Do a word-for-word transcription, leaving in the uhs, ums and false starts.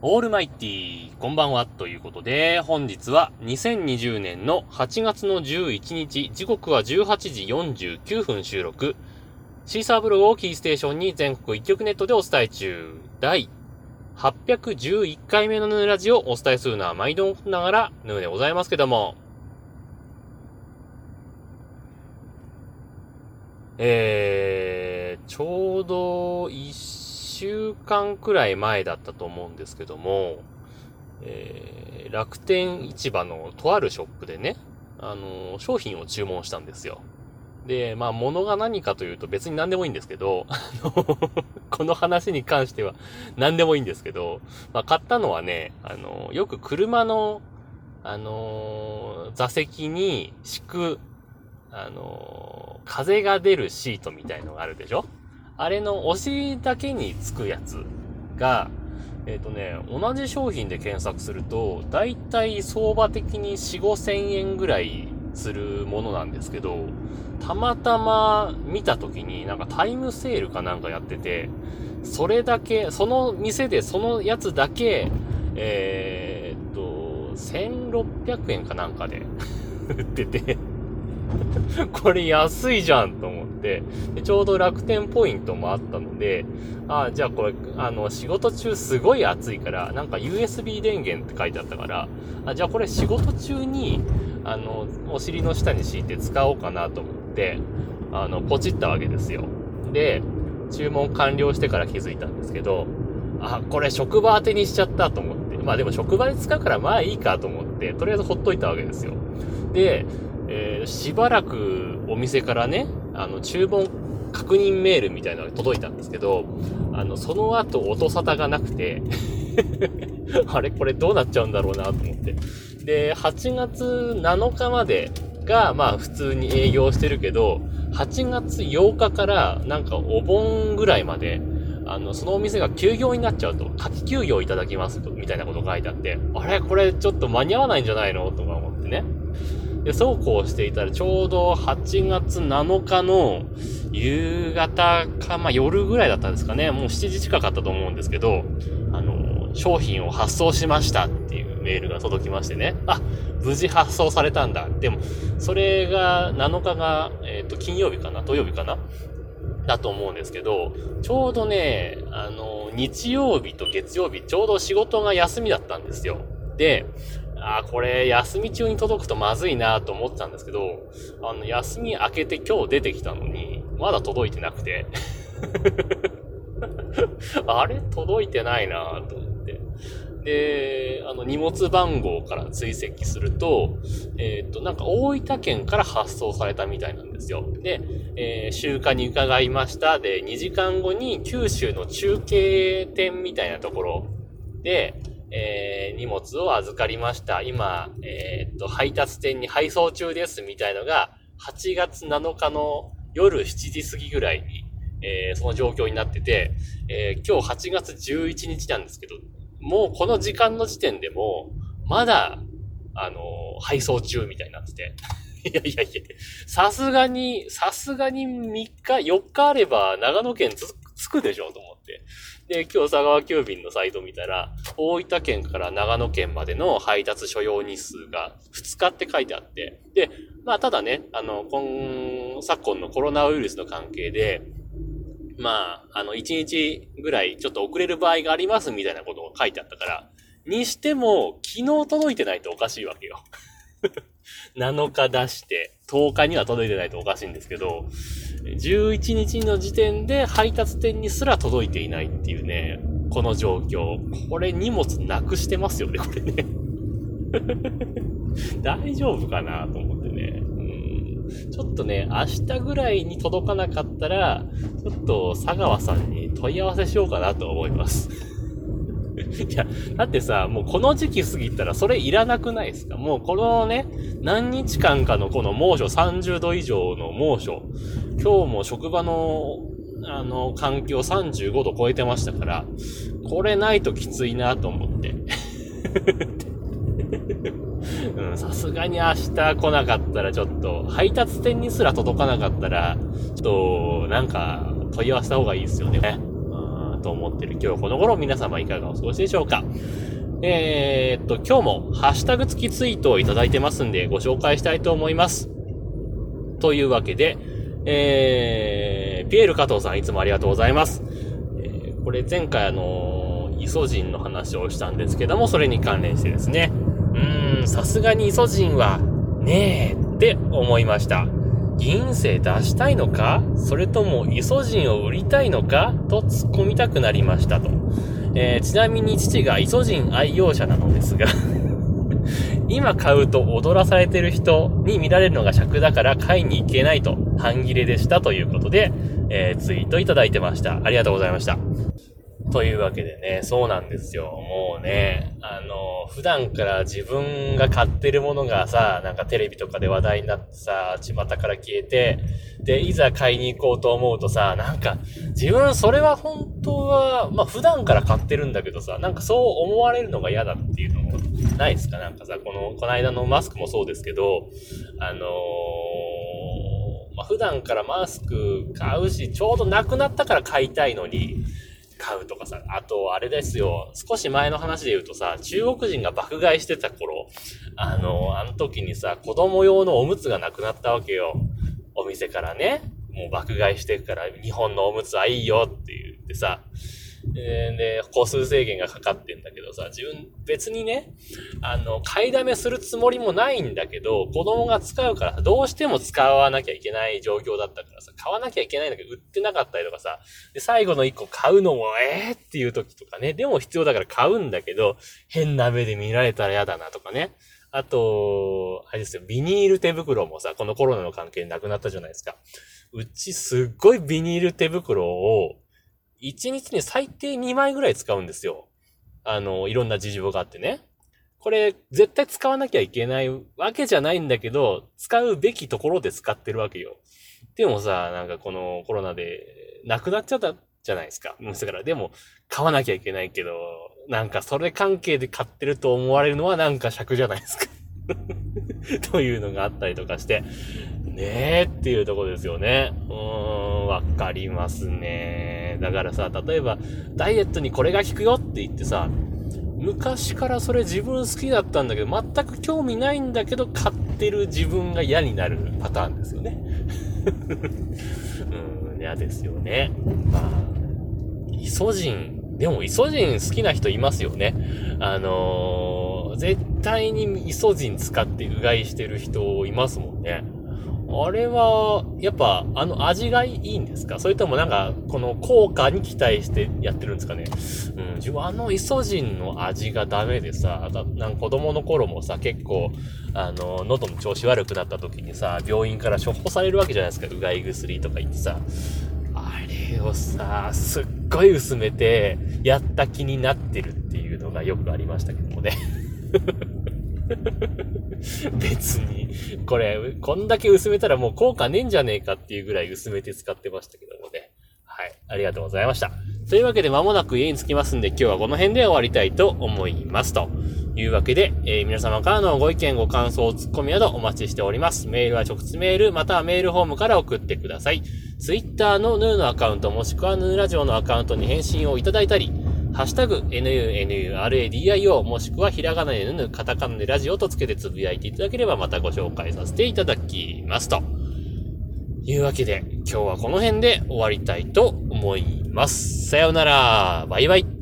オールマイティー、こんばんは、ということで、本日はにせんにじゅうねんのはちがつのじゅういちにち、時刻はじゅうはちじよんじゅうきゅうふん収録、シーサーブログをキーステーションに全国一曲ネットでお伝え中、第はっぴゃくじゅういっかいめのヌーラジをお伝えするのは毎度ながらヌーでございますけども、えー、ちょうどいっしゅうかんくらい前だったと思うんですけども、えー、楽天市場のとあるショップでね、あのー、商品を注文したんですよ。で、まあ、物が何かというと別に何でもいいんですけど、あのこの話に関しては何でもいいんですけど、まあ、買ったのはね、あのー、よく車の、あのー、座席に敷く、あのー、風が出るシートみたいのがあるでしょ？あれのお尻だけにつくやつが、えっとね、同じ商品で検索すると、だいたい相場的によん、ごせんえんぐらいするものなんですけど、たまたま見た時になんかタイムセールかなんかやってて、それだけ、その店でそのやつだけ、えー、っと、せんろっぴゃくえんかなんかで売ってて、これ安いじゃんと思って、でちょうど楽天ポイントもあったので、あ、じゃあこれ、あの、仕事中すごい暑いから、なんか ユーエスビー 電源って書いてあったから、あ、じゃあこれ仕事中に、あの、お尻の下に敷いて使おうかなと思って、あの、ポチったわけですよ。で、注文完了してから気づいたんですけど、あ、これ職場当てにしちゃったと思って、まあでも職場で使うからまあいいかと思って、とりあえずほっといたわけですよ。で、えー、しばらくお店からね、あの、注文確認メールみたいなのが届いたんですけど、あの、その後音沙汰がなくて、あれこれどうなっちゃうんだろうなと思って。で、はちがつなのかまでが、まあ普通に営業してるけど、はちがつようかからなんかお盆ぐらいまで、あの、そのお店が休業になっちゃうと、夏季休業いただきますと、みたいなこと書いてあって、あれこれちょっと間に合わないんじゃないのとか思ってね。で、そうこうしていたらちょうどはちがつなのかの夕方か、まあ、夜ぐらいだったんですかね。もうしちじ近かったと思うんですけど、あの、商品を発送しましたっていうメールが届きましてね。あ、無事発送されたんだ。でも、それがなのかが、えっと、金曜日かな土曜日かなだと思うんですけど、ちょうどね、あの、日曜日と月曜日、ちょうど仕事が休みだったんですよ。で、あーこれ休み中に届くとまずいなと思ってたんですけど、あの休み明けて今日出てきたのにまだ届いてなくてあれ届いてないなと思って、で、あの荷物番号から追跡すると、えー、っとなんか大分県から発送されたみたいなんですよ。で、えー、集荷に伺いましたでにじかんごに九州の中継店みたいなところでえー、荷物を預かりました。今、えー、っと、配達店に配送中ですみたいのが、はちがつなのかの夜しちじ過ぎぐらいに、えー、その状況になってて、えー、今日はちがつじゅういちにちなんですけど、もうこの時間の時点でも、まだ、あのー、配送中みたいになってて。いやいやいや、さすがに、さすがにみっか、よっかあれば長野県つ、つくでしょうと思って。で、今日佐川急便のサイト見たら、大分県から長野県までの配達所要日数がふつかって書いてあって、で、まあただね、あの、今、昨今のコロナウイルスの関係で、まあ、あの、いちにちぐらいちょっと遅れる場合がありますみたいなことが書いてあったから、にしても、昨日届いてないとおかしいわけよ。なのか出して、とおかには届いてないとおかしいんですけど、じゅういちにちの時点で配達店にすら届いていないっていうね、この状況。これ荷物なくしてますよね、これね。大丈夫かなと思ってね。うん、ちょっとね、明日ぐらいに届かなかったら、ちょっと佐川さんに問い合わせしようかなと思います。いや、だってさ、もうこの時期過ぎたらそれいらなくないですか？もうこのね、何日間かのこの猛暑、さんじゅうど以上の猛暑、今日も職場の、あの、環境さんじゅうごど超えてましたから、これないときついなと思って。うん、さすがに明日来なかったらちょっと、配達店にすら届かなかったら、ちょっと、なんか、問い合わせた方がいいですよね。 と思っている今日はこの頃、皆様いかがお過ごしでしょうか。えー、っと、今日もハッシュタグ付きツイートをいただいてますんで、ご紹介したいと思います。というわけで、えー、ピエール加藤さんいつもありがとうございます。えー、これ前回あのー、イソジンの話をしたんですけども、それに関連してですね、うーん、さすがにイソジンはねえって思いました。銀星出したいのか？それともイソジンを売りたいのか？と突っ込みたくなりましたと。えー、ちなみに父がイソジン愛用者なのですが今買うと踊らされてる人に見られるのが尺だから買いに行けないと半切れでしたということで、えー、ツイートいただいてました。ありがとうございました。というわけでね、そうなんですよ。もうね、あの、普段から自分が買ってるものがさ、なんかテレビとかで話題になってさ、巷から消えて、で、いざ買いに行こうと思うとさ、なんか、自分それは本当は、まあ普段から買ってるんだけどさ、なんかそう思われるのが嫌だっていうのもないですか？なんかさ、この、この間のマスクもそうですけど、あのー、まあ普段からマスク買うし、ちょうどなくなったから買いたいのに、買うとかさ、あとあれですよ、少し前の話で言うとさ、中国人が爆買いしてた頃、あの、あの時にさ、子供用のおむつがなくなったわけよ。お店からね、もう爆買いしてるから、日本のおむつはいいよって言ってさ、で、個数制限がかかってんだけどさ、自分別にね、あの、買いだめするつもりもないんだけど、子供が使うからどうしても使わなきゃいけない状況だったからさ、買わなきゃいけないんだけど売ってなかったりとかさ、で、最後の一個買うのもえーっていう時とかね、でも必要だから買うんだけど、変な目で見られたら嫌だなとかね。あと、あれですよ、ビニール手袋もさ、このコロナの関係でなくなったじゃないですか。うちすっごいビニール手袋を、一日に最低にまいぐらい使うんですよ。あの、いろんな事情があってね。これ、絶対使わなきゃいけないわけじゃないんだけど、使うべきところで使ってるわけよ。でもさ、なんかこのコロナで、なくなっちゃったじゃないですか。だから、でも、買わなきゃいけないけど、なんかそれ関係で買ってると思われるのはなんか尺じゃないですか。というのがあったりとかして、ねーっていうところですよね。うーん、わかりますね。だからさ、例えば、ダイエットにこれが効くよって言ってさ、昔からそれ自分好きだったんだけど、全く興味ないんだけど、買ってる自分が嫌になるパターンですよね。うん、嫌ですよね。まあ、イソジン、でもイソジン好きな人いますよね。あのー、絶対にイソジン使ってうがいしてる人いますもんね。あれは、やっぱ、あの味がいいんですか？それともなんか、この効果に期待してやってるんですかね？うん、自分あのイソジンの味がダメでさ、なんか子供の頃もさ、結構、あの、喉の調子悪くなった時にさ、病院から処方されるわけじゃないですか、うがい薬とか言ってさ。あれをさ、すっごい薄めて、やった気になってるっていうのがよくありましたけどもね。別に、これ、こんだけ薄めたらもう効果ねえんじゃねえかっていうぐらい薄めて使ってましたけどもね。はい。ありがとうございました。というわけで間もなく家に着きますんで、今日はこの辺で終わりたいと思います。というわけで、えー、皆様からのご意見、ご感想、ツッコミなどお待ちしております。メールは直接メール、またはメールフォームから送ってください。ツイッターのヌーのアカウント、もしくはヌーラジオのアカウントに返信をいただいたり、ハッシュタグ エヌユーエヌユーアールエーディーアイオー もしくはひらがなでヌヌ、カタカナでラジオとつけてつぶやいていただければまたご紹介させていただきますというわけで今日はこの辺で終わりたいと思います。さようなら。バイバイ。